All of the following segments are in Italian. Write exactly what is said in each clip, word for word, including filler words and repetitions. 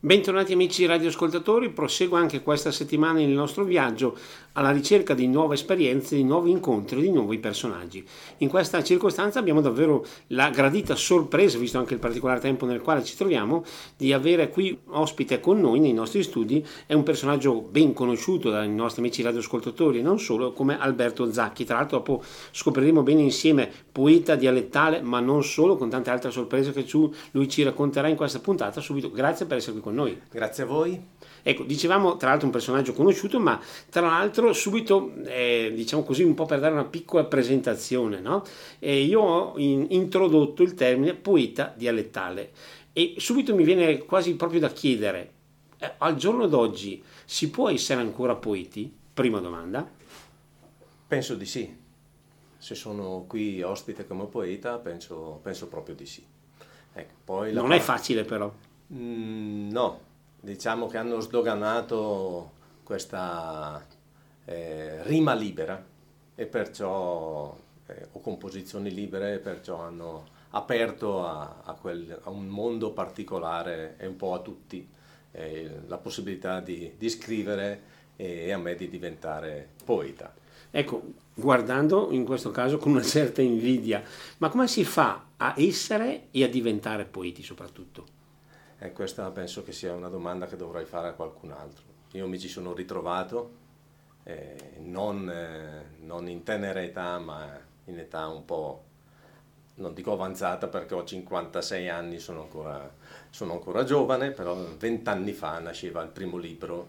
Bentornati amici radioascoltatori, prosegue anche questa settimana il nostro viaggio alla ricerca di nuove esperienze, di nuovi incontri, di nuovi personaggi. In questa circostanza abbiamo davvero la gradita sorpresa, visto anche il particolare tempo nel quale ci troviamo, di avere qui ospite con noi nei nostri studi. È un personaggio ben conosciuto dai nostri amici radioascoltatori e non solo, come Alberto Zacchi. Tra l'altro dopo scopriremo bene insieme, poeta dialettale, ma non solo, con tante altre sorprese che lui ci racconterà in questa puntata. Subito, grazie per essere qui con noi. Grazie a voi. Ecco, dicevamo tra l'altro un personaggio conosciuto, ma tra l'altro subito, eh, diciamo così, un po' per dare una piccola presentazione, no? Eh, io ho in, introdotto il termine poeta dialettale e subito mi viene quasi proprio da chiedere, eh, al giorno d'oggi si può essere ancora poeti? Prima domanda. Penso di sì. Se sono qui ospite come poeta, penso, penso proprio di sì. Ecco, poi non la... è facile però. Mm, no, diciamo che hanno sdoganato questa eh, rima libera e perciò eh, o composizioni libere, e perciò hanno aperto a, a, quel, a un mondo particolare e un po' a tutti eh, la possibilità di, di scrivere e a me di diventare poeta. Ecco, guardando in questo caso con una certa invidia, ma come si fa a essere e a diventare poeti soprattutto? E questa penso che sia una domanda che dovrei fare a qualcun altro. Io mi ci sono ritrovato, eh, non, eh, non in tenera età, ma in età un po', non dico avanzata perché ho cinquantasei anni, sono ancora, sono ancora giovane, però vent'anni fa nasceva il primo libro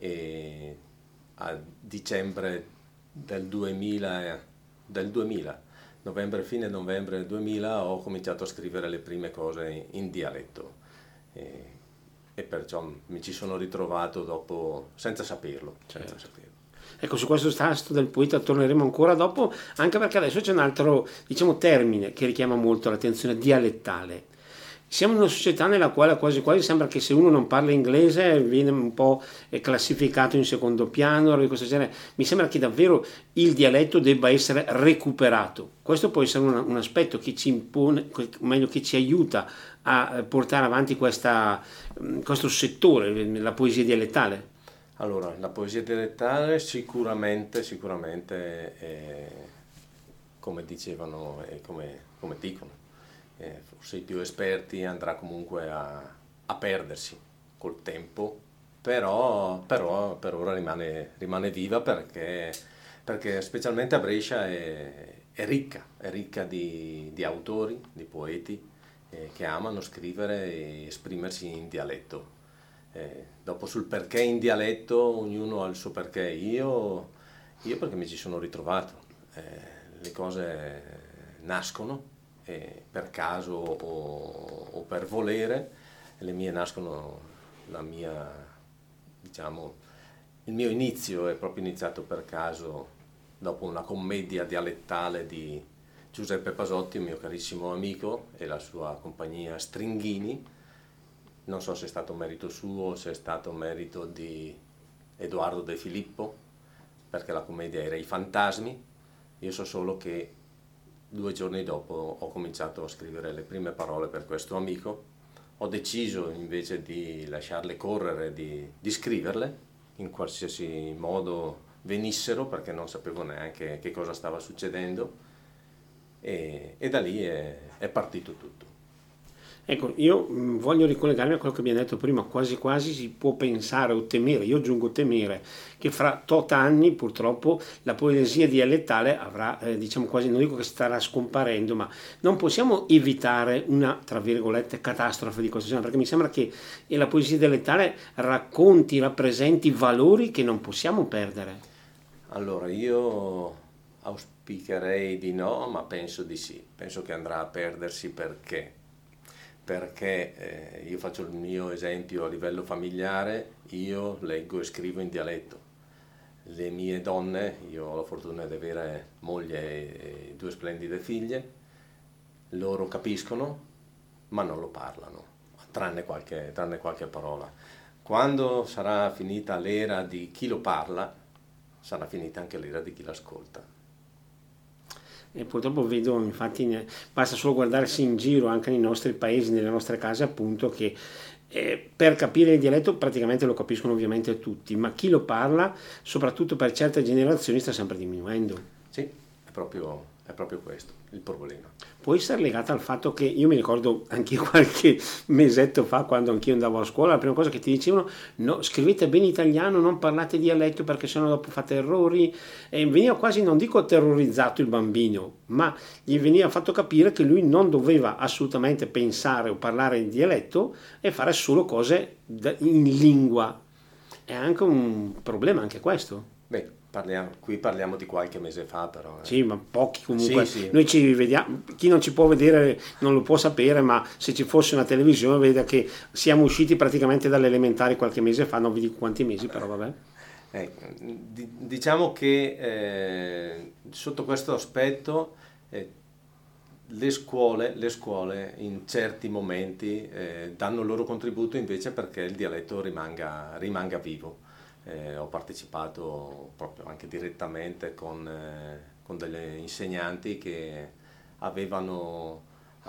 e a dicembre del duemila, del duemila, novembre, fine novembre del duemila, ho cominciato a scrivere le prime cose in dialetto. E, e perciò mi ci sono ritrovato dopo senza saperlo, senza certo. saperlo. Ecco, su questo tasto del poeta torneremo ancora dopo, anche perché adesso c'è un altro, diciamo, termine che richiama molto l'attenzione: dialettale. Siamo in una società nella quale quasi quasi sembra che se uno non parla inglese viene un po' classificato in secondo piano, di questo genere. Mi sembra che davvero il dialetto debba essere recuperato. Questo può essere un, un aspetto che ci impone, meglio che ci aiuta a portare avanti questa, questo settore, la poesia dialettale. Allora, la poesia dialettale sicuramente, sicuramente, è, come dicevano e come, come dicono, eh, forse i più esperti andrà comunque a, a perdersi col tempo, però, però per ora rimane, rimane viva perché, perché specialmente a Brescia è, è ricca, è ricca di, di autori, di poeti eh, che amano scrivere e esprimersi in dialetto. Eh, dopo sul perché in dialetto ognuno ha il suo perché. Io, io perché mi ci sono ritrovato, eh, le cose nascono eh, per caso o, o per volere, le mie nascono, la mia, diciamo, il mio inizio è proprio iniziato per caso dopo una commedia dialettale di Giuseppe Pasotti, un mio carissimo amico, e la sua compagnia Stringhini. Non so se è stato merito suo o se è stato merito di Edoardo De Filippo, perché la commedia era I Fantasmi. Io so solo che due giorni dopo ho cominciato a scrivere le prime parole per questo amico. Ho deciso invece di lasciarle correre, di, di scriverle in qualsiasi modo venissero, perché non sapevo neanche che cosa stava succedendo, e, e da lì è, è partito tutto. Ecco, io mh, voglio ricollegarmi a quello che abbiamo detto prima: quasi quasi si può pensare o temere, io aggiungo temere, che fra tot anni purtroppo la poesia dialettale avrà, eh, diciamo quasi, non dico che starà scomparendo, ma non possiamo evitare una, tra virgolette, catastrofe di questo genere, perché mi sembra che la poesia dialettale racconti, rappresenti valori che non possiamo perdere. Allora, io auspicherei di no, ma penso di sì, penso che andrà a perdersi perché? Perché eh, io faccio il mio esempio a livello familiare, io leggo e scrivo in dialetto. Le mie donne, io ho la fortuna di avere moglie e due splendide figlie, loro capiscono, ma non lo parlano, tranne qualche, tranne qualche parola. Quando sarà finita l'era di chi lo parla, sarà finita anche l'era di chi l'ascolta. E purtroppo vedo, infatti, basta solo guardarsi in giro anche nei nostri paesi, nelle nostre case, appunto, che Eh, per capire il dialetto praticamente lo capiscono ovviamente tutti, ma chi lo parla, soprattutto per certe generazioni, sta sempre diminuendo. Sì, è proprio, è proprio questo il problema. Può essere legata al fatto che io mi ricordo anche qualche mesetto fa, quando anch'io andavo a scuola, la prima cosa che ti dicevano: no, scrivete bene italiano, non parlate dialetto perché sennò dopo fate errori, e veniva quasi, non dico terrorizzato il bambino, ma gli veniva fatto capire che lui non doveva assolutamente pensare o parlare in dialetto e fare solo cose in lingua. È anche un problema anche questo. Beh, parliamo, qui parliamo di qualche mese fa, però. Eh. Sì, ma pochi comunque. Sì, sì. Noi ci vediamo, chi non ci può vedere non lo può sapere, ma se ci fosse una televisione vede che siamo usciti praticamente dalle elementari qualche mese fa, non vi dico quanti mesi, però vabbè. Eh, diciamo che eh, sotto questo aspetto eh, le scuole, le scuole in certi momenti eh, danno il loro contributo invece perché il dialetto rimanga, rimanga vivo. Eh, ho partecipato proprio anche direttamente con, eh, con delle insegnanti che avevano,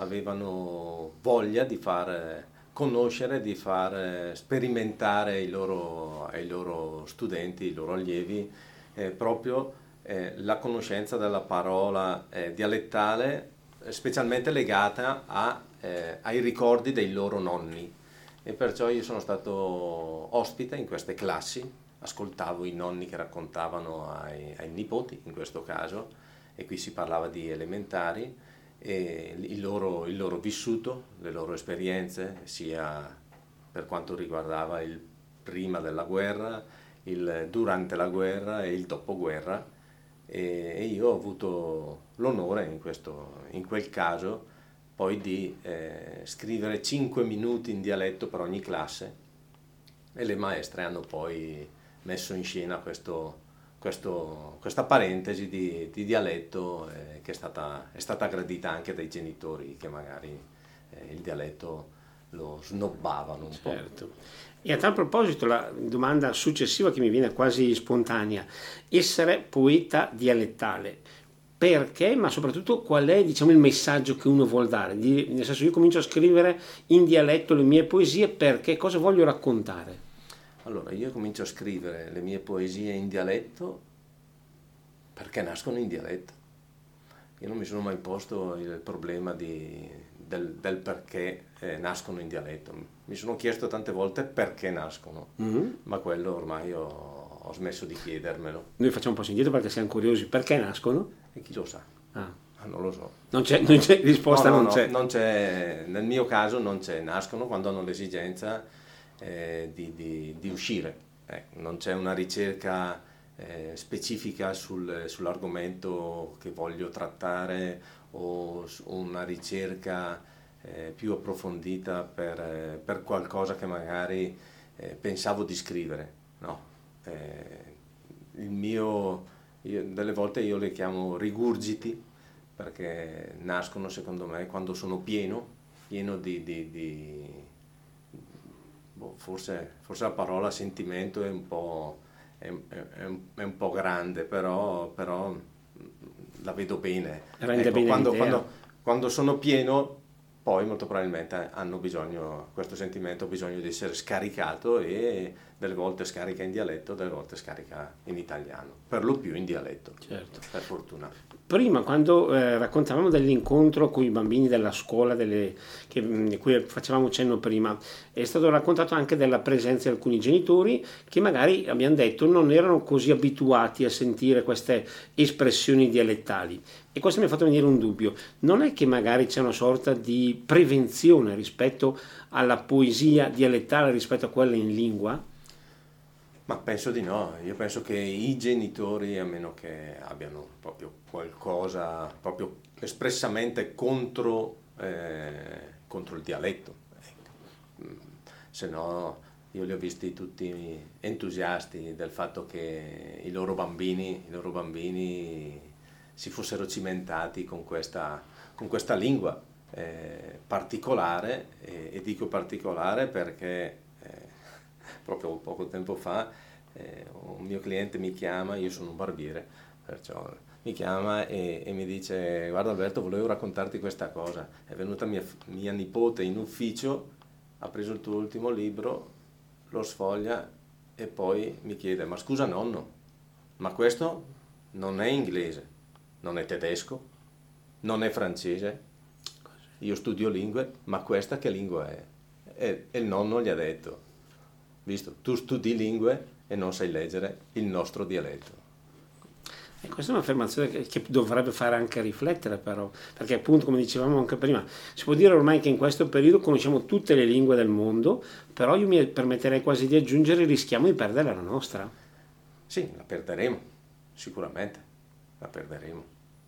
avevano voglia di far conoscere, di far sperimentare ai loro, ai loro studenti, ai loro allievi, eh, proprio eh, la conoscenza della parola eh, dialettale, specialmente legata a, eh, ai ricordi dei loro nonni. E perciò io sono stato ospite in queste classi, ascoltavo i nonni che raccontavano ai, ai nipoti, in questo caso, e qui si parlava di elementari, e il loro, il loro vissuto, le loro esperienze, sia per quanto riguardava il prima della guerra, il durante la guerra e il dopoguerra, e, e io ho avuto l'onore in, questo, in quel caso poi di eh, scrivere cinque minuti in dialetto per ogni classe, e le maestre hanno poi messo in scena questo, questo, questa parentesi di, di dialetto eh, che è stata, è stata gradita anche dai genitori che magari eh, il dialetto lo snobbavano un certo. po'. E a tal proposito la domanda successiva che mi viene quasi spontanea: essere poeta dialettale, perché, ma soprattutto qual è, diciamo, il messaggio che uno vuol dare? Di, nel senso, io comincio a scrivere in dialetto le mie poesie perché cosa voglio raccontare? Allora, io comincio a scrivere le mie poesie in dialetto perché nascono in dialetto. Io non mi sono mai posto il problema di, del, del perché eh, nascono in dialetto. Mi sono chiesto tante volte perché nascono, mm-hmm. ma quello ormai ho, ho smesso di chiedermelo. Noi facciamo un passo indietro perché siamo curiosi. Perché nascono? E chi lo sa? Ah. Ah, non lo so. Non c'è, non c'è risposta, no, no, non, no, c'è. non c'è. Nel mio caso non c'è. Nascono quando hanno l'esigenza eh, di, di, di uscire. Eh, non c'è una ricerca eh, specifica sul, sull'argomento che voglio trattare o una ricerca eh, più approfondita per, eh, per qualcosa che magari eh, pensavo di scrivere. No. Eh, il mio, io, delle volte io le chiamo rigurgiti, perché nascono secondo me quando sono pieno, pieno di, di, di boh, forse, forse la parola sentimento è un po', è, è, un, è un po' grande, però, però la vedo bene. Rende ecco, bene quando, l'idea. quando, quando sono pieno, poi molto probabilmente hanno bisogno, questo sentimento ha bisogno di essere scaricato, e delle volte scarica in dialetto, delle volte scarica in italiano, per lo più in dialetto, certo. Per fortuna. Prima, quando eh, raccontavamo dell'incontro con i bambini della scuola, delle, che, di cui facevamo cenno prima, è stato raccontato anche della presenza di alcuni genitori che magari, abbiamo detto, non erano così abituati a sentire queste espressioni dialettali. E questo mi ha fatto venire un dubbio: non è che magari c'è una sorta di prevenzione rispetto alla poesia dialettale rispetto a quella in lingua? Ma penso di no, io penso che i genitori, a meno che abbiano proprio qualcosa proprio espressamente contro, eh, contro il dialetto, ecco. Se no io li ho visti tutti entusiasti del fatto che i loro bambini, i loro bambini si fossero cimentati con questa, con questa lingua eh, particolare, e, e dico particolare perché proprio poco tempo fa eh, un mio cliente mi chiama, io sono un barbiere, perciò mi chiama e, e mi dice: guarda Alberto, volevo raccontarti questa cosa, è venuta mia, mia nipote in ufficio ha preso il tuo ultimo libro, lo sfoglia e poi mi chiede: ma scusa nonno, ma questo non è inglese, non è tedesco, non è francese, io studio lingue, ma questa che lingua è? E, e il nonno gli ha detto: visto, tu studi lingue e non sai leggere il nostro dialetto. E questa è un'affermazione che, che dovrebbe fare anche riflettere, però, perché appunto, come dicevamo anche prima, si può dire ormai che in questo periodo conosciamo tutte le lingue del mondo, però io mi permetterei quasi di aggiungere: rischiamo di perdere la nostra. Sì, la perderemo, sicuramente, la perderemo.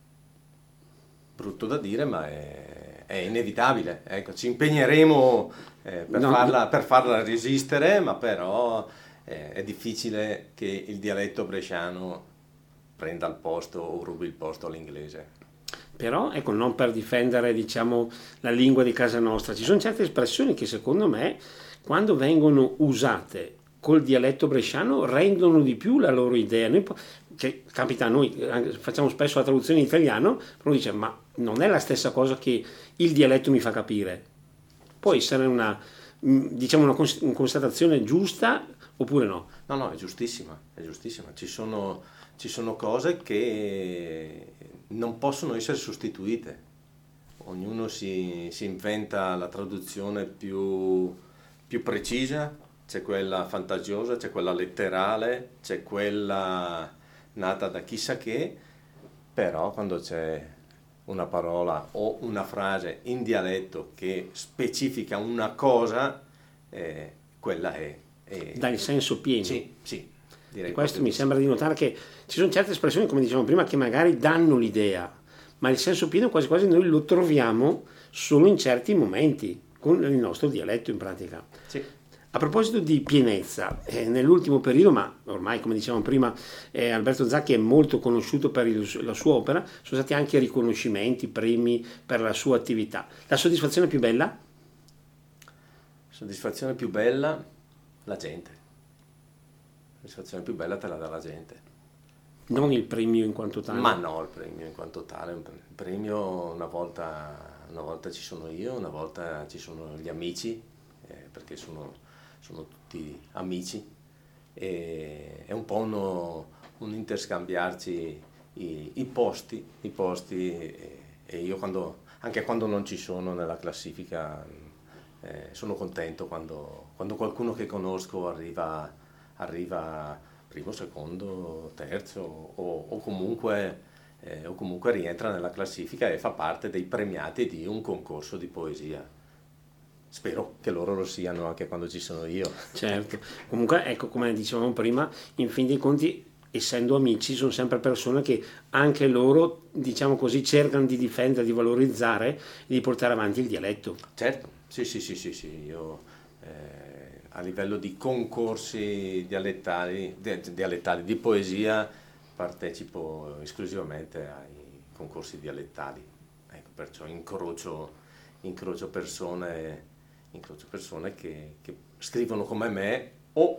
Brutto da dire, ma è, è inevitabile. Ecco, ci impegneremo eh, per, No, farla, per farla resistere, ma però eh, è difficile che il dialetto bresciano prenda il posto o rubi il posto all'inglese. Però, ecco, non per difendere, diciamo, la lingua di casa nostra, ci sono certe espressioni che secondo me, quando vengono usate col dialetto bresciano, rendono di più la loro idea. Noi, che capita a noi, facciamo spesso la traduzione in italiano, uno dice: ma non è la stessa cosa che il dialetto mi fa capire. Può essere una, diciamo, una constatazione giusta oppure no? No, no, è giustissima, è giustissima. Ci sono, ci sono cose che non possono essere sostituite. Ognuno si, si inventa la traduzione più, più precisa, c'è quella fantasiosa, c'è quella letterale, c'è quella nata da chissà che, però quando c'è una parola o una frase in dialetto che specifica una cosa, eh, quella è, è... Dà il senso pieno. Sì, sì. Direi e questo mi di sembra sì. di notare che ci sono certe espressioni, come dicevamo prima, che magari danno l'idea, ma il senso pieno quasi quasi noi lo troviamo solo in certi momenti, con il nostro dialetto in pratica. Sì. A proposito di pienezza, eh, nell'ultimo periodo, ma ormai come dicevamo prima, eh, Alberto Zacchi è molto conosciuto per il, la sua opera, sono stati anche riconoscimenti, premi per la sua attività. La soddisfazione più bella? Soddisfazione più bella? La gente. La soddisfazione più bella te la dà la gente. Non il premio in quanto tale? Ma no, il premio in quanto tale. Il premio una volta, una volta ci sono io, una volta ci sono gli amici, eh, perché sono... sono tutti amici e è un po' uno, un interscambiarci i, i posti, i posti e, e io quando, anche quando non ci sono nella classifica eh, sono contento quando, quando qualcuno che conosco arriva, arriva primo, secondo, terzo o, o, comunque, eh, o comunque rientra nella classifica e fa parte dei premiati di un concorso di poesia. Spero che loro lo siano anche quando ci sono io. Certo, comunque ecco, come dicevamo prima, in fin dei conti, essendo amici, sono sempre persone che anche loro, diciamo così, cercano di difendere, di valorizzare e di portare avanti il dialetto. Certo, sì, sì, sì, sì, sì. Io eh, a livello di concorsi dialettali, di, dialettali, di poesia, partecipo esclusivamente ai concorsi dialettali. Ecco, perciò incrocio, incrocio persone... incrocio persone che, che scrivono come me o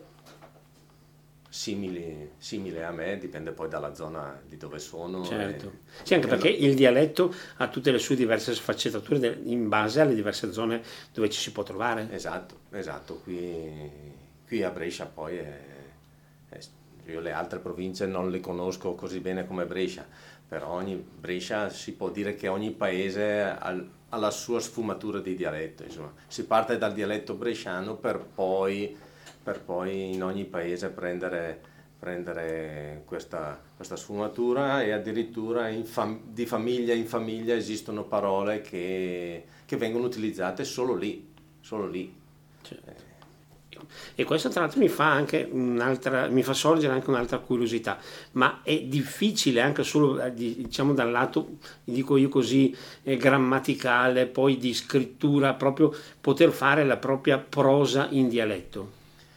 simili, simili a me, dipende poi dalla zona di dove sono. Certo, e, sì, anche e perché allora... il dialetto ha tutte le sue diverse sfaccettature in base alle diverse zone dove ci si può trovare. Esatto, esatto, qui, qui a Brescia poi è, è, io le altre province non le conosco così bene come Brescia, però ogni Brescia si può dire che ogni paese ha alla sua sfumatura di dialetto, insomma, si parte dal dialetto bresciano per poi, per poi in ogni paese prendere, prendere questa, questa sfumatura e addirittura in fam- di famiglia in famiglia esistono parole che, che vengono utilizzate solo lì, solo lì. Certo. E questo tra l'altro mi fa anche un'altra, mi fa sorgere anche un'altra curiosità, ma è difficile anche solo, diciamo, dal lato, dico io così, eh, grammaticale, poi di scrittura, proprio poter fare la propria prosa in dialetto?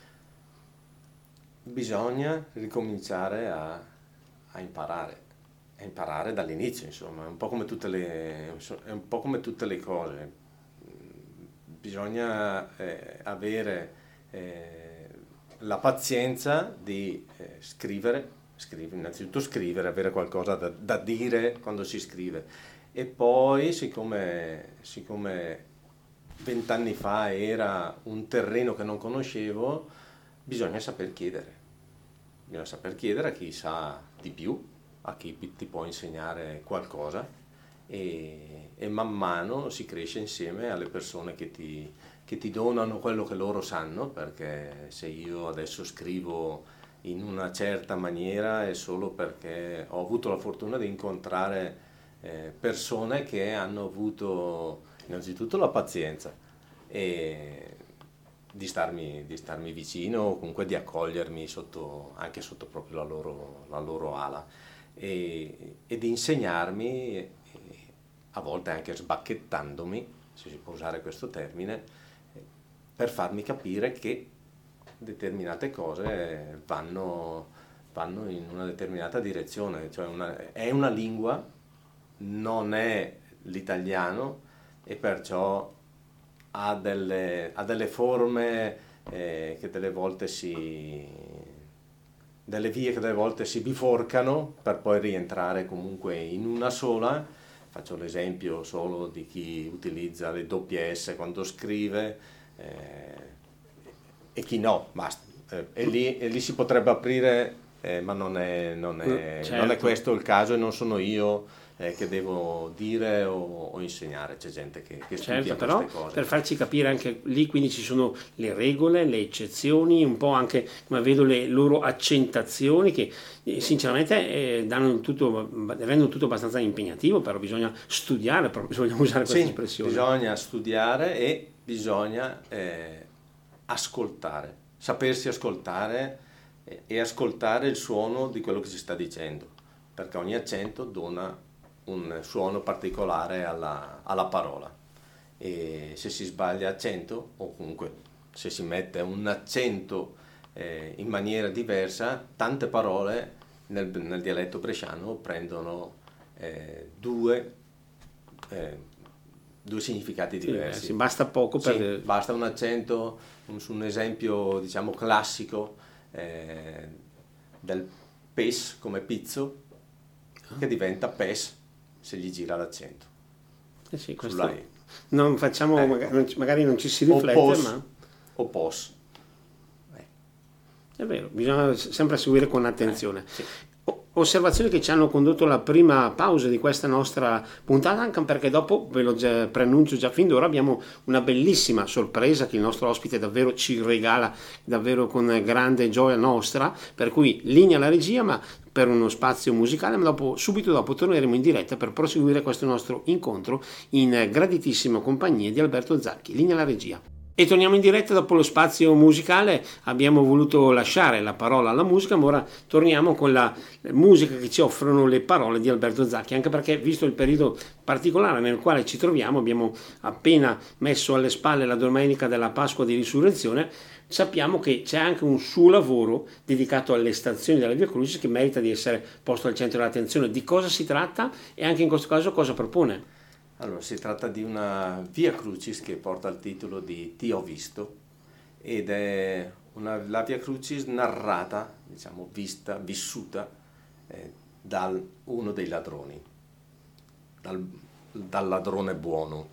Bisogna ricominciare a, a imparare, a imparare dall'inizio, insomma, è un po' come tutte le, è un po' come tutte le cose. Bisogna eh, avere Eh, la pazienza di eh, scrivere, scrivere, innanzitutto scrivere, avere qualcosa da, da dire quando si scrive e poi siccome, siccome vent'anni fa era un terreno che non conoscevo, bisogna saper chiedere. Bisogna saper chiedere a chi sa di più, a chi ti può insegnare qualcosa e, e man mano si cresce insieme alle persone che ti, che ti donano quello che loro sanno, perché se io adesso scrivo in una certa maniera è solo perché ho avuto la fortuna di incontrare eh, persone che hanno avuto innanzitutto la pazienza e di starmi, di starmi vicino, o comunque di accogliermi sotto, anche sotto proprio la loro, la loro ala e, e di insegnarmi, e a volte anche sbacchettandomi, se si può usare questo termine, per farmi capire che determinate cose vanno, vanno in una determinata direzione, cioè una, è una lingua, non è l'italiano e perciò ha delle, ha delle forme eh, che delle volte si... delle vie che delle volte si biforcano per poi rientrare comunque in una sola. Faccio l'esempio solo di chi utilizza le doppie S quando scrive eh, e chi no, basta. Eh, e, lì, e lì si potrebbe aprire, eh, ma non è, non, è, certo. non è questo il caso e non sono io eh, che devo dire o, o insegnare, c'è gente che, che studia certo, però queste cose. per farci capire anche lì, quindi ci sono le regole, le eccezioni, un po' anche come vedo le loro accentazioni che eh, sinceramente eh, danno tutto, rendono tutto abbastanza impegnativo, però bisogna studiare, però bisogna usare questa Sì, espressione. Bisogna studiare e bisogna eh, ascoltare, sapersi ascoltare eh, e ascoltare il suono di quello che si sta dicendo, perché ogni accento dona un suono particolare alla, alla parola e se si sbaglia accento o comunque se si mette un accento eh, in maniera diversa, tante parole nel, nel dialetto bresciano prendono eh, due, eh, due significati diversi. Sì, sì, basta poco per... Sì, basta un accento, un, un esempio diciamo classico eh, del pes come pizzo che diventa pes se gli gira l'accento. Eh sì, questo sulla E. non facciamo, Ecco. magari, non ci- magari non ci si riflette, O pos, ma o pos. è vero, bisogna sempre seguire con attenzione. Sì. O- Osservazioni che ci hanno condotto alla prima pausa di questa nostra puntata, anche perché dopo, ve lo già- preannuncio già fin d'ora, abbiamo una bellissima sorpresa che il nostro ospite davvero ci regala, davvero con grande gioia nostra, per cui linea alla regia, ma per uno spazio musicale, ma dopo, subito dopo torneremo in diretta per proseguire questo nostro incontro in graditissima compagnia di Alberto Zacchi. Linea alla regia. E torniamo in diretta dopo lo spazio musicale, abbiamo voluto lasciare la parola alla musica, ma ora torniamo con la musica che ci offrono le parole di Alberto Zacchi, anche perché visto il periodo particolare nel quale ci troviamo, abbiamo appena messo alle spalle la domenica della Pasqua di Risurrezione, sappiamo che c'è anche un suo lavoro dedicato alle stazioni della Via Crucis che merita di essere posto al centro dell'attenzione. Di cosa si tratta e anche in questo caso cosa propone? Allora, si tratta di una Via Crucis che porta il titolo di Ti ho visto ed è una, la Via Crucis narrata, diciamo, vista, vissuta eh, da uno dei ladroni, dal, dal ladrone buono,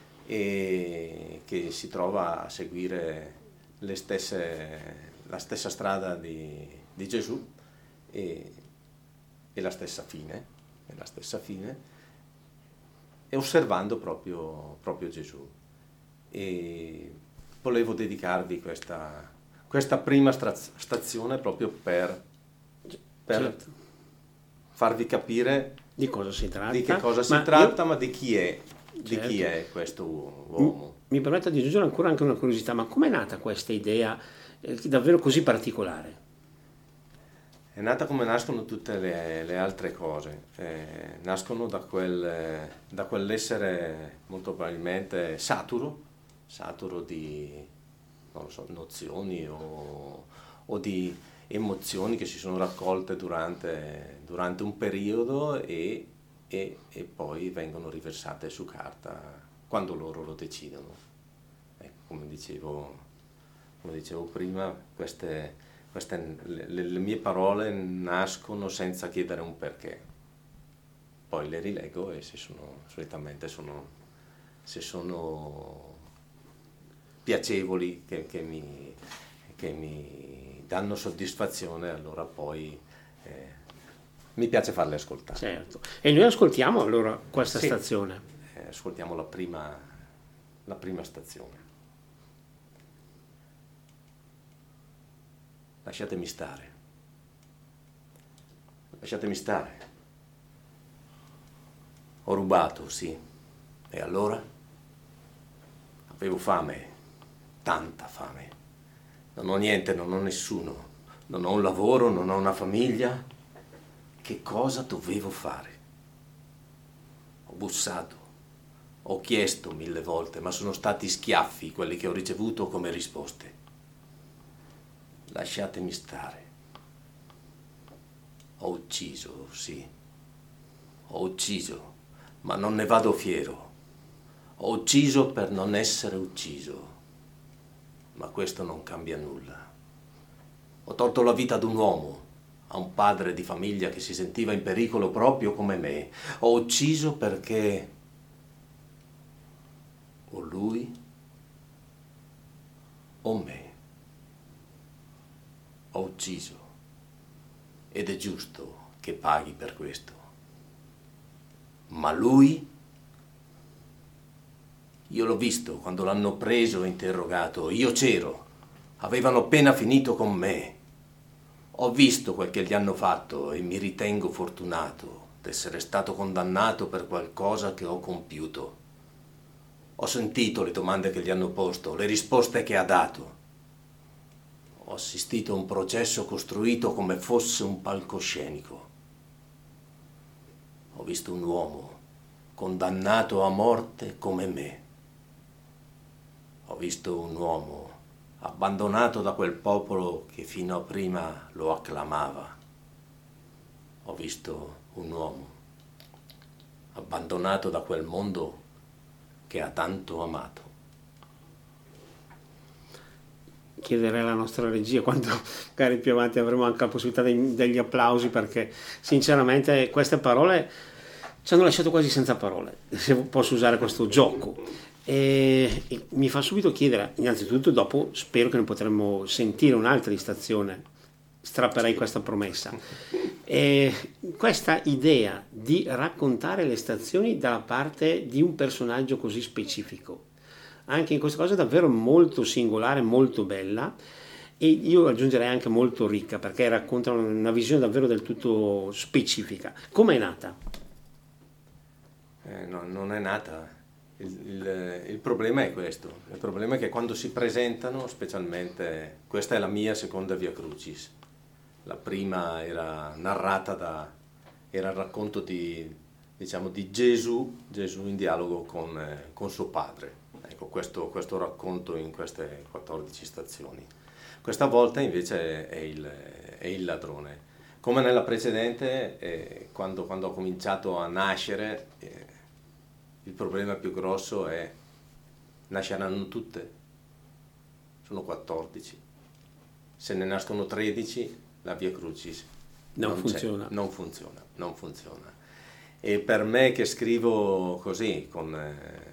e che si trova a seguire le stesse, la stessa strada di, di Gesù e, e la stessa fine, e la stessa fine e osservando proprio, proprio Gesù. E volevo dedicarvi questa, questa prima stra- stazione proprio per, per Certo. farvi capire Di cosa si tratta? di che cosa si Ma tratta, io- ma di chi è, di Certo. chi è questo uomo. Mi permetto di aggiungere ancora anche una curiosità, ma com'è nata questa idea eh, davvero così particolare? È nata come nascono tutte le, le altre cose, eh, nascono da, quel, da quell'essere molto probabilmente saturo, saturo di non lo so, nozioni o, o di emozioni che si sono raccolte durante, durante un periodo e, e, e poi vengono riversate su carta quando loro lo decidono. Ecco, come dicevo, come dicevo prima, queste... Queste, le, le mie parole nascono senza chiedere un perché, poi le rileggo e se sono, solitamente sono, se sono piacevoli, che, che, mi, che mi danno soddisfazione, allora poi eh, mi piace farle ascoltare. Certo. E noi ascoltiamo allora questa Sì, stazione. eh, ascoltiamo la prima, la prima stazione. Lasciatemi stare. Lasciatemi stare. Ho rubato, sì. E allora? Avevo fame, tanta fame. Non ho niente, non ho nessuno. Non ho un lavoro, non ho una famiglia. Che cosa dovevo fare? Ho bussato, ho chiesto mille volte, ma sono stati schiaffi quelli che ho ricevuto come risposte. Lasciatemi stare. Ho ucciso, sì. Ho ucciso, ma non ne vado fiero. Ho ucciso per non essere ucciso. Ma questo non cambia nulla. Ho tolto la vita ad un uomo, a un padre di famiglia che si sentiva in pericolo proprio come me. Ho ucciso perché o lui o me. Ho ucciso ed è giusto che paghi per questo. Ma lui? Io l'ho visto quando l'hanno preso e interrogato. Io c'ero. Avevano appena finito con me. Ho visto quel che gli hanno fatto e mi ritengo fortunato d'essere stato condannato per qualcosa che ho compiuto. Ho sentito le domande che gli hanno posto, le risposte che ha dato. Ho assistito a un processo costruito come fosse un palcoscenico. Ho visto un uomo condannato a morte come me. Ho visto un uomo abbandonato da quel popolo che fino a prima lo acclamava. Ho visto un uomo abbandonato da quel mondo che ha tanto amato. Chiederei alla nostra regia quando magari più avanti avremo anche la possibilità dei, degli applausi, perché sinceramente queste parole ci hanno lasciato quasi senza parole, se posso usare questo gioco. E, e mi fa subito chiedere, innanzitutto, dopo spero che ne potremo sentire un'altra di stazione, strapperei questa promessa, e questa idea di raccontare le stazioni dalla parte di un personaggio così specifico, anche in questa cosa davvero molto singolare, molto bella, e io aggiungerei anche molto ricca, perché raccontano una visione davvero del tutto specifica. Come è nata? Eh, no, non è nata. Il, il, il problema è questo, il problema è che quando si presentano, specialmente, questa è la mia seconda Via Crucis, la prima era narrata da, era il racconto di, diciamo, di Gesù, Gesù in dialogo con, eh, con suo padre, ecco questo, questo racconto in queste quattordici stazioni. Questa volta invece è il, è il ladrone. Come nella precedente, eh, quando, quando ho cominciato a nascere, eh, il problema più grosso è: nasceranno tutte? Sono quattordici. Se ne nascono tredici, la Via Crucis non, non funziona. Non funziona, non funziona. E per me che scrivo così, con, eh,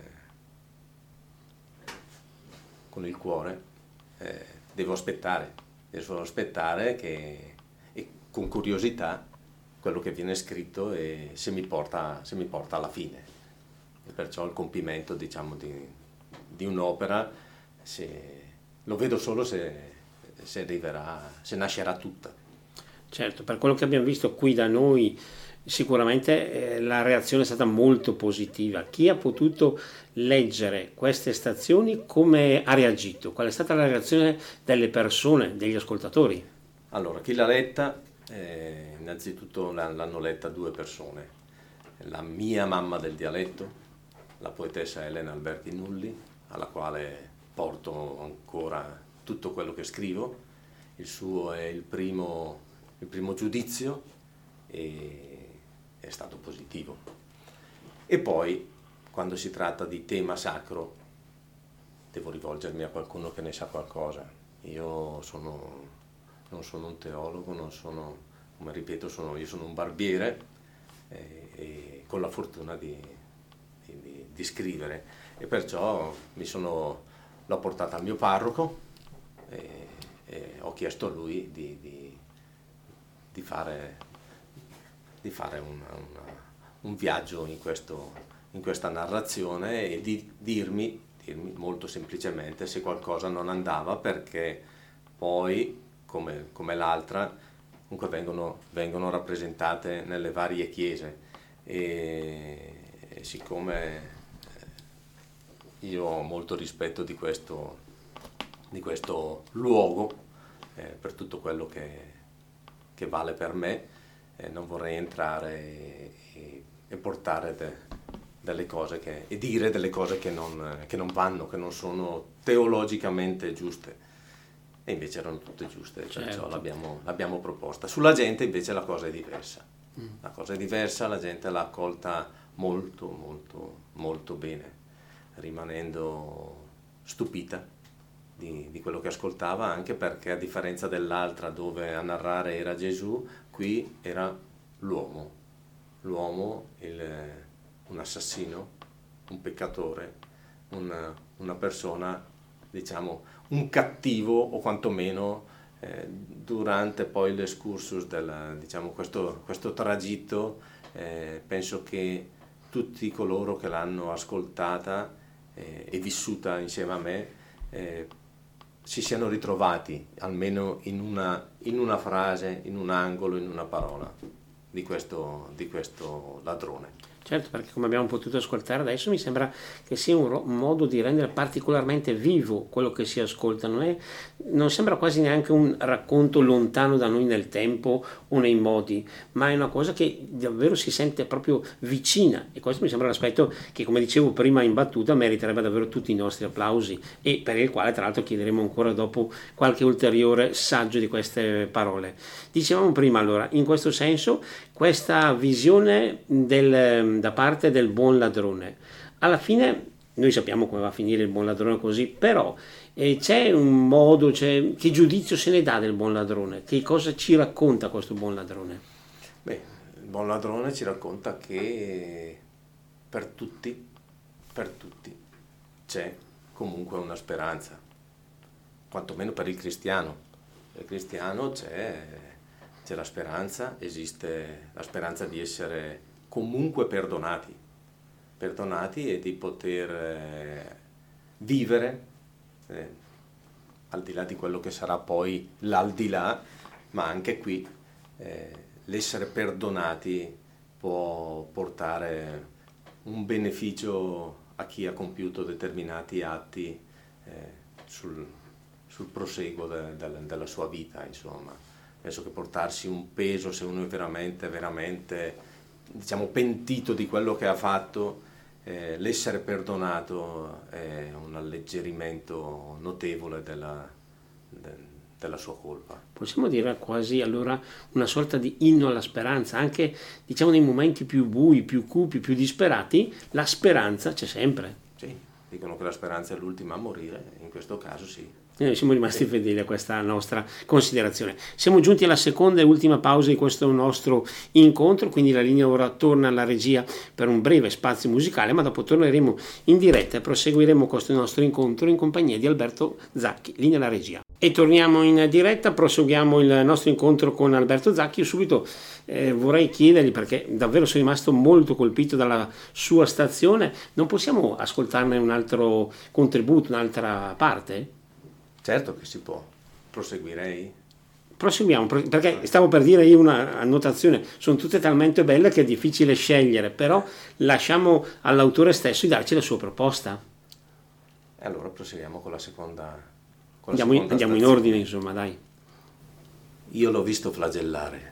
con il cuore, eh, devo aspettare, devo aspettare che, e con curiosità, quello che viene scritto e se mi porta, se mi porta alla fine. E perciò il compimento, diciamo, di, di un'opera se, lo vedo solo se, se arriverà, se nascerà tutta. Certo, per quello che abbiamo visto qui da noi sicuramente eh, la reazione è stata molto positiva. Chi ha potuto leggere queste stazioni come ha reagito? Qual è stata la reazione delle persone, degli ascoltatori? Allora, chi l'ha letta, eh, innanzitutto l'hanno letta due persone. La mia mamma del dialetto, la poetessa Elena Alberti Nulli, alla quale porto ancora tutto quello che scrivo. Il suo è il primo, il primo giudizio e è stato positivo. E poi, quando si tratta di tema sacro, devo rivolgermi a qualcuno che ne sa qualcosa. Io sono, non sono un teologo, non sono, come ripeto, sono, io sono un barbiere e, e con la fortuna di, di, di scrivere, e perciò mi sono l'ho portata al mio parroco e, e ho chiesto a lui di, di, di fare, di fare un, un, un viaggio in, questo, in questa narrazione e di dirmi, dirmi molto semplicemente se qualcosa non andava, perché poi, come, come l'altra, comunque vengono, vengono rappresentate nelle varie chiese e, e siccome io ho molto rispetto di questo, di questo luogo, eh, per tutto quello che, che vale per me, eh, non vorrei entrare e, e, e portare de, delle cose che, e dire delle cose che non, che non vanno, che non sono teologicamente giuste. E invece erano tutte giuste, perciò certo. l'abbiamo, l'abbiamo proposta. Sulla gente invece la cosa è diversa. Mm. La cosa è diversa, la gente l'ha accolta molto, molto, molto bene, rimanendo stupita di, di quello che ascoltava, anche perché a differenza dell'altra dove a narrare era Gesù, qui era l'uomo, l'uomo, il, un assassino, un peccatore, una, una persona, diciamo, un cattivo, o quantomeno eh, durante poi l'escursus del, diciamo, questo, questo tragitto, eh, penso che tutti coloro che l'hanno ascoltata eh, e vissuta insieme a me eh, si siano ritrovati almeno in una, in una frase, in un angolo, in una parola di questo, di questo ladrone. Certo, perché come abbiamo potuto ascoltare adesso mi sembra che sia un, ro- un modo di rendere particolarmente vivo quello che si ascolta, non, è, non sembra quasi neanche un racconto lontano da noi nel tempo o nei modi, ma è una cosa che davvero si sente proprio vicina, e questo mi sembra un aspetto che, come dicevo prima in battuta, meriterebbe davvero tutti i nostri applausi e per il quale tra l'altro chiederemo ancora dopo qualche ulteriore saggio di queste parole. Dicevamo prima, allora, in questo senso, questa visione del, da parte del buon ladrone, alla fine noi sappiamo come va a finire il buon ladrone così, però eh, c'è un modo, c'è, che giudizio se ne dà del buon ladrone? Che cosa ci racconta questo buon ladrone? Beh, il buon ladrone ci racconta che per tutti, per tutti c'è comunque una speranza, quantomeno per il cristiano. Per il cristiano c'è, c'è la speranza, esiste la speranza di essere comunque perdonati, perdonati e di poter eh, vivere eh, al di là di quello che sarà poi l'aldilà, ma anche qui eh, l'essere perdonati può portare un beneficio a chi ha compiuto determinati atti eh, sul, sul proseguo de, de, della sua vita, insomma. Penso che portarsi un peso, se uno è veramente, veramente, diciamo, pentito di quello che ha fatto, eh, l'essere perdonato è un alleggerimento notevole della, de, della sua colpa. Possiamo dire quasi allora una sorta di inno alla speranza, anche diciamo nei momenti più bui, più cupi, più disperati, la speranza c'è sempre. Sì, dicono che la speranza è l'ultima a morire, in questo caso sì. Noi siamo rimasti fedeli a questa nostra considerazione. Siamo giunti alla seconda e ultima pausa di questo nostro incontro, quindi la linea ora torna alla regia per un breve spazio musicale, ma dopo torneremo in diretta e proseguiremo questo nostro incontro in compagnia di Alberto Zacchi, linea alla regia. E torniamo in diretta, proseguiamo il nostro incontro con Alberto Zacchi. Io subito eh, vorrei chiedergli, perché davvero sono rimasto molto colpito dalla sua stazione, non possiamo ascoltarne un altro contributo, un'altra parte? Certo che si può, proseguirei. Proseguiamo, perché stavo per dire io una annotazione, sono tutte talmente belle che è difficile scegliere, però lasciamo all'autore stesso di darci la sua proposta. E allora proseguiamo con la seconda, con la andiamo, seconda in, andiamo in ordine, insomma, dai. Io l'ho visto flagellare,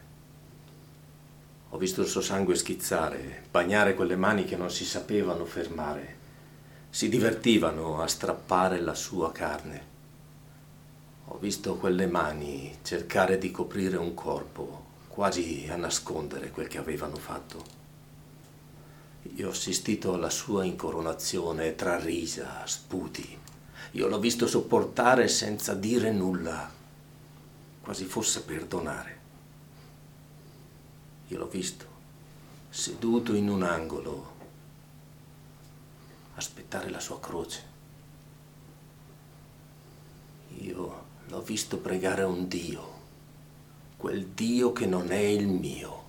ho visto il suo sangue schizzare, bagnare quelle mani che non si sapevano fermare, si divertivano a strappare la sua carne. Ho visto quelle mani cercare di coprire un corpo, quasi a nascondere quel che avevano fatto. Io ho assistito alla sua incoronazione tra risa, sputi. Io l'ho visto sopportare senza dire nulla, quasi fosse perdonare. Io l'ho visto, seduto in un angolo, aspettare la sua croce. Io l'ho visto pregare un Dio, quel Dio che non è il mio.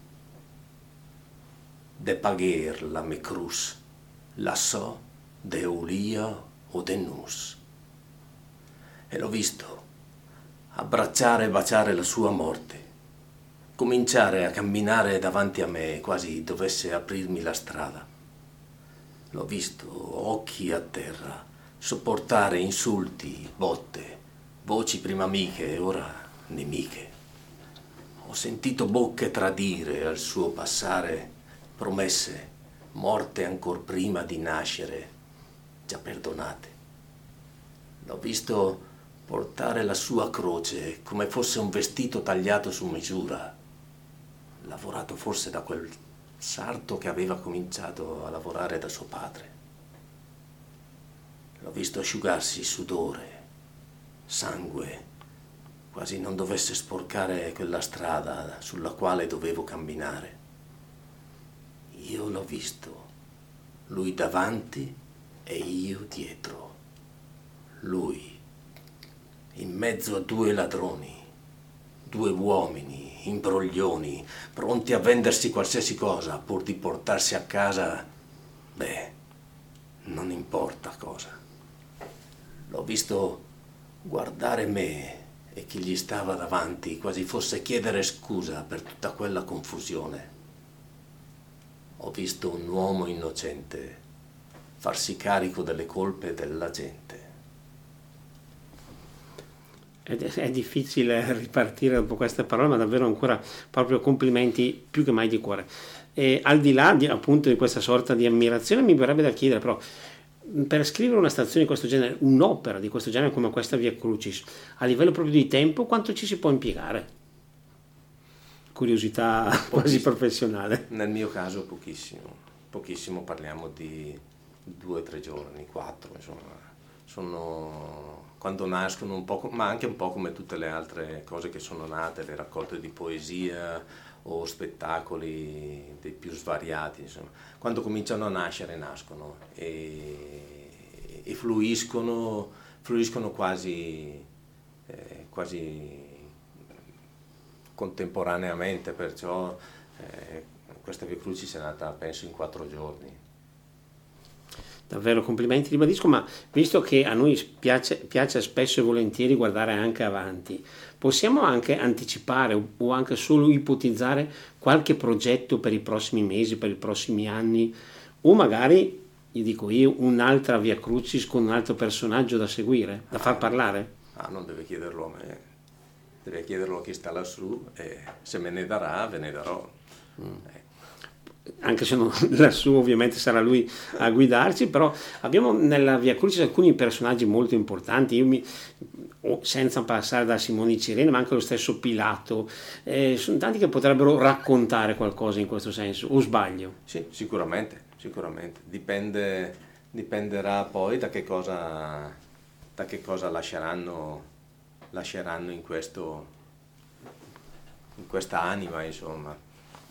De pagher la me cruz, la so de Ulia o de Nus. E l'ho visto abbracciare e baciare la sua morte, cominciare a camminare davanti a me quasi dovesse aprirmi la strada. L'ho visto, occhi a terra, sopportare insulti, botte, voci prima amiche e ora nemiche. Ho sentito bocche tradire al suo passare promesse, morte ancor prima di nascere, già perdonate. L'ho visto portare la sua croce come fosse un vestito tagliato su misura, lavorato forse da quel sarto che aveva cominciato a lavorare da suo padre. L'ho visto asciugarsi sudore, sangue, quasi non dovesse sporcare quella strada sulla quale dovevo camminare. Io l'ho visto, lui davanti e io dietro. Lui, in mezzo a due ladroni, due uomini, imbroglioni, pronti a vendersi qualsiasi cosa pur di portarsi a casa, beh, non importa cosa. L'ho visto guardare me e chi gli stava davanti, quasi fosse chiedere scusa per tutta quella confusione. Ho visto un uomo innocente farsi carico delle colpe della gente. È difficile ripartire dopo queste parole, ma davvero ancora proprio complimenti più che mai di cuore. E al di là di, appunto di questa sorta di ammirazione, mi verrebbe da chiedere però, per scrivere una stazione di questo genere, un'opera di questo genere come questa Via Crucis, a livello proprio di tempo, quanto ci si può impiegare? Curiosità quasi professionale. Nel mio caso pochissimo, pochissimo, parliamo di due o tre giorni, quattro, insomma. Sono, quando nascono un po', ma anche un po' come tutte le altre cose che sono nate, le raccolte di poesia o spettacoli dei più svariati, insomma. Quando cominciano a nascere, nascono e, e fluiscono, fluiscono quasi, eh, quasi contemporaneamente, perciò eh, questa Via Crucis è nata penso in quattro giorni. Davvero complimenti, ribadisco, ma visto che a noi piace, piace spesso e volentieri guardare anche avanti, possiamo anche anticipare o, o anche solo ipotizzare qualche progetto per i prossimi mesi, per i prossimi anni, o magari, gli dico io, un'altra Via Crucis con un altro personaggio da seguire, da far parlare? Ah, non deve chiederlo a me, deve chiederlo a chi sta lassù e se me ne darà, ve ne darò. Mm. Eh. Anche se non lassù ovviamente sarà lui a guidarci, però abbiamo nella Via Crucis alcuni personaggi molto importanti, io mi, senza passare da Simone Cirene, ma anche lo stesso Pilato, eh, sono tanti che potrebbero raccontare qualcosa in questo senso, o sbaglio? Sì, sicuramente, sicuramente, dipende, dipenderà poi da che cosa, da che cosa lasceranno, lasceranno in, questo, in questa anima, insomma.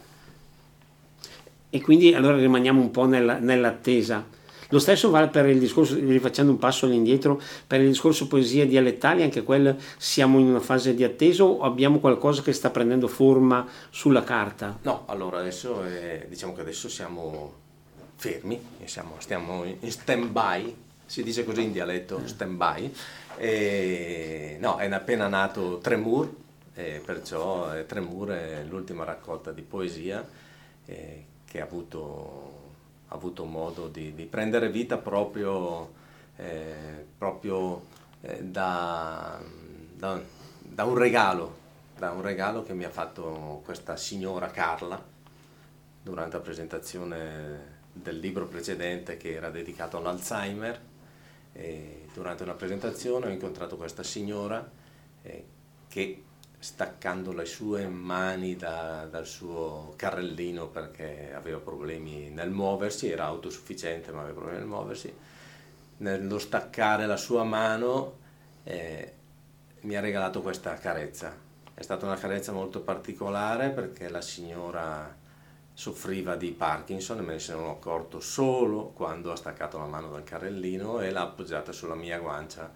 E quindi allora rimaniamo un po' nella, nell'attesa. Lo stesso vale per il discorso, rifacendo un passo all'indietro, per il discorso poesie dialettali, anche quel siamo in una fase di attesa o abbiamo qualcosa che sta prendendo forma sulla carta? No, allora adesso è, diciamo che adesso siamo fermi, siamo, stiamo in stand-by, si dice così in dialetto, stand-by, e, no, è appena nato Tremur, e perciò eh, Tremur è l'ultima raccolta di poesia, eh, che ha avuto, ha avuto modo di, di prendere vita proprio, eh, proprio eh, da, da, da un regalo, da un regalo che mi ha fatto questa signora Carla durante la presentazione del libro precedente che era dedicato all'Alzheimer. E durante una presentazione ho incontrato questa signora eh, che, staccando le sue mani da, dal suo carrellino perché aveva problemi nel muoversi, era autosufficiente ma aveva problemi nel muoversi, nello staccare la sua mano eh, mi ha regalato questa carezza. È stata una carezza molto particolare perché la signora soffriva di Parkinson e me ne sono accorto solo quando ha staccato la mano dal carrellino e l'ha appoggiata sulla mia guancia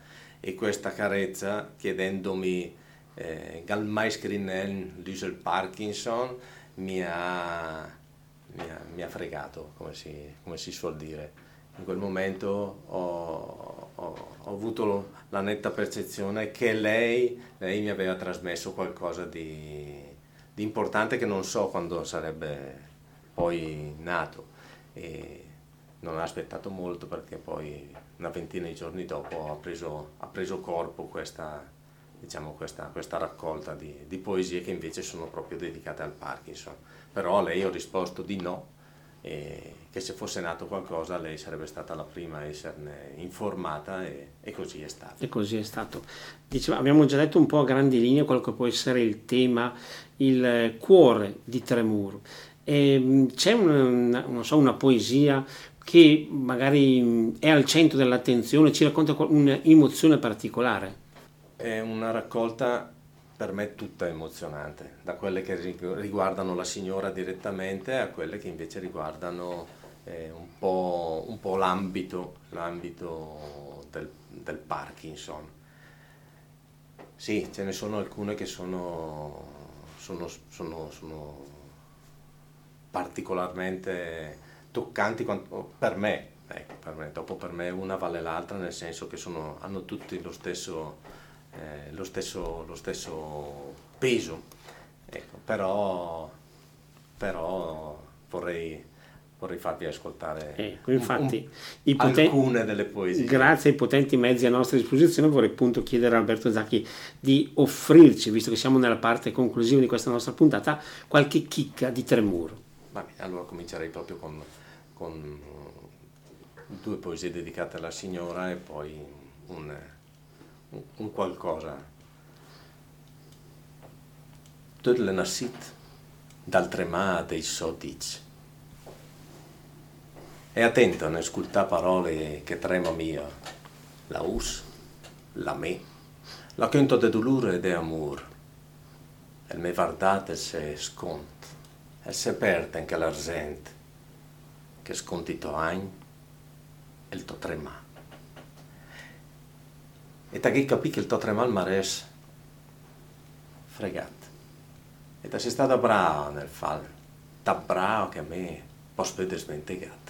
e questa carezza chiedendomi eh, gal mais grinel l'usel Parkinson mi ha, mi, ha, mi ha fregato, come si, come si suol dire. In quel momento ho, ho, ho avuto la netta percezione che lei, lei mi aveva trasmesso qualcosa di, di importante che non so quando sarebbe poi nato, e non ha aspettato molto perché poi una ventina di giorni dopo ha preso, ha preso corpo questa, diciamo, questa, questa raccolta di, di poesie che invece sono proprio dedicate al Parkinson. Però a lei ho risposto di no, e che se fosse nato qualcosa lei sarebbe stata la prima a esserne informata, e, e così è stato. E così è stato. Diceva, abbiamo già detto un po' a grandi linee quello che può essere il tema, il cuore di Tremur. E c'è una, non so, una poesia che magari è al centro dell'attenzione, ci racconta un'emozione particolare? È una raccolta per me tutta emozionante, da quelle che riguardano la signora direttamente a quelle che invece riguardano eh, un po', un po' l'ambito, l'ambito del, del Parkinson. Sì, ce ne sono alcune che sono, sono, sono, sono particolarmente toccanti per me, ecco, per me. Dopo per me una vale l'altra, nel senso che sono, hanno tutti lo stesso, eh, lo stesso, lo stesso peso, ecco, però, però vorrei, vorrei farvi ascoltare ecco, infatti, un, i poten- alcune delle poesie. Grazie ai potenti mezzi a nostra disposizione vorrei appunto chiedere a Alberto Zacchi di offrirci, visto che siamo nella parte conclusiva di questa nostra puntata, qualche chicca di Tremur. Va bene, allora comincerei proprio con, con due poesie dedicate alla signora e poi un, un, un qualcosa. Tot le nascit dal tremà dei sodici. E attento nel ascoltare parole che trema mia, la us, la me, la canto de dolore e de amor, el me vardate se scont, e se perde anche l'argent, che sconti to agn, e il to tremà. E da che capì che il to tremà mares, fregat. E da sei stata brava nel fare, da brava che a me posso vedere smentegat.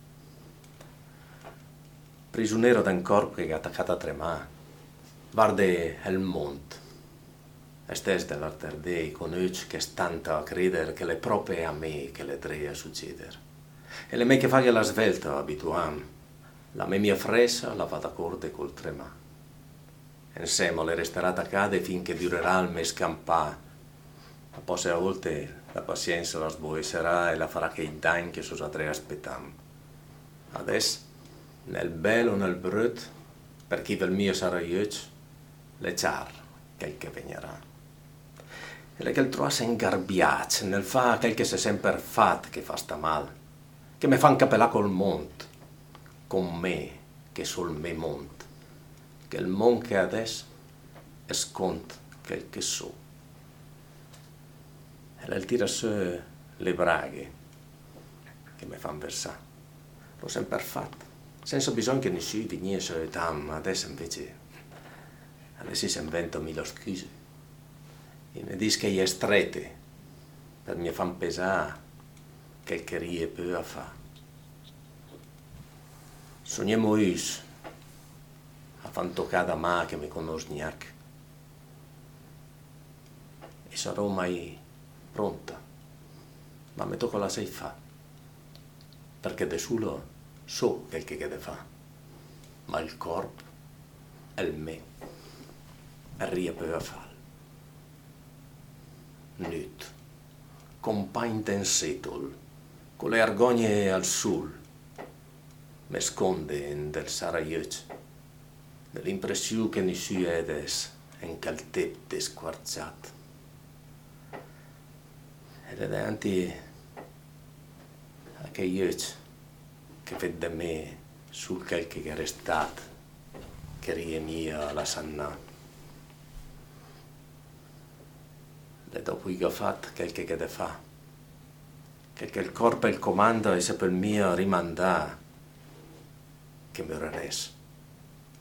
Prigioniero d'un corpo che è attaccato a tremà, guarda il mondo, e stes dell'arterdei con uc che stanta a credere che le proprie a me che le tre a succedere. E le me che fa che la svelta abituam, la me mia fressa la va d'accordo col tremà. E insieme le resterà attaccate finché durerà il me scampà, ma poi se a volte la pazienza la sboesserà e la farà che i danni che sono tre aspettam. Adesso, nel bello o nel brutto, per chi del mio sarà io, le char quel che venirà. E le che il trovasse ingarbiace nel fa quel che se sempre fat che fa sta mal, che me fan capellà col mont, con me che sul me mont, che il mon che adesso è scont quel che so. E le tira su le braghe che me fan versà, l'ho sempre fatto, senza bisogno che nessuno venisse e tam, adesso invece adesso si invento mille scuse e mi dice che è strette per mi fan pesare quel che rie più a fa. Sogniamo us a fan toccare a me che mi conosce neanche e sarò mai pronta, ma mi tocca la sei fa perché da solo so quel che deve fa, ma il corpo è il me rie più a fare. Nut, compagn tensetol, con le argogne al sul, me sconde del saraiuc, dell'impressione che nessuno edes en caltette squarciat. Ed è davanti a che iuc che vede me sul quel che è restato, che rie mia la sanna. E dopo che ho fatto quel che deve fare, quel che il corpo e il comando e se per mio rimandà, che mi res.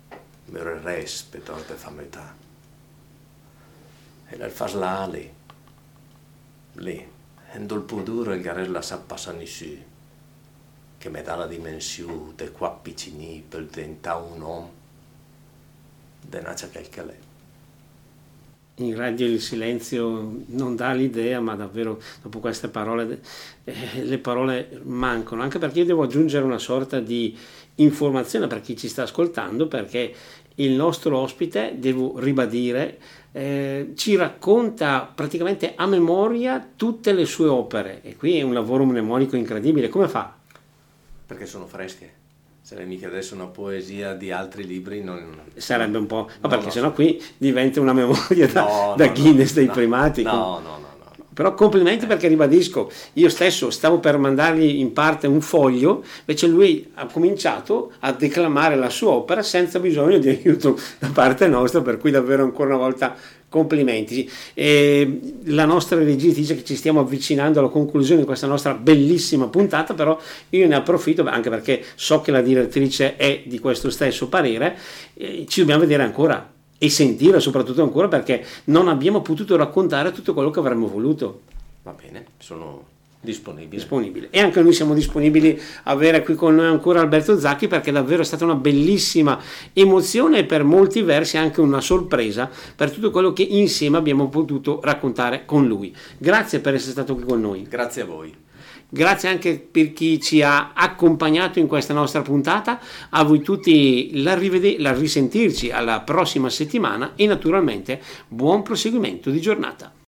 mure res per torte fa metà. E il fasla lì, lì, endo il puduro il garella sa passare su, che mi dà la dimensione de qua piccini per diventare un uomo, denaccia che è. In radio il silenzio non dà l'idea, ma davvero dopo queste parole eh, le parole mancano, anche perché io devo aggiungere una sorta di informazione per chi ci sta ascoltando, perché il nostro ospite, devo ribadire, eh, ci racconta praticamente a memoria tutte le sue opere, e qui è un lavoro mnemonico incredibile. Come fa? Perché sono fresche. Se lei mi chiedesse una poesia di altri libri non... Sarebbe un po'... No, no, perché no, sennò qui diventa una memoria da, no, da no, Guinness no, dei no, primati. No, no, no, no. Però complimenti, perché ribadisco, io stesso stavo per mandargli in parte un foglio, invece lui ha cominciato a declamare la sua opera senza bisogno di aiuto da parte nostra, per cui davvero ancora una volta complimenti. E la nostra regia dice che ci stiamo avvicinando alla conclusione di questa nostra bellissima puntata, però io ne approfitto, anche perché so che la direttrice è di questo stesso parere, e ci dobbiamo vedere ancora e sentire soprattutto ancora, perché non abbiamo potuto raccontare tutto quello che avremmo voluto. Va bene, sono disponibile. disponibile. E anche noi siamo disponibili a avere qui con noi ancora Alberto Zacchi, perché davvero è stata una bellissima emozione e per molti versi anche una sorpresa per tutto quello che insieme abbiamo potuto raccontare con lui. Grazie per essere stato qui con noi. Grazie a voi. Grazie anche per chi ci ha accompagnato in questa nostra puntata, a voi tutti la, rivede- la risentirci alla prossima settimana e naturalmente buon proseguimento di giornata.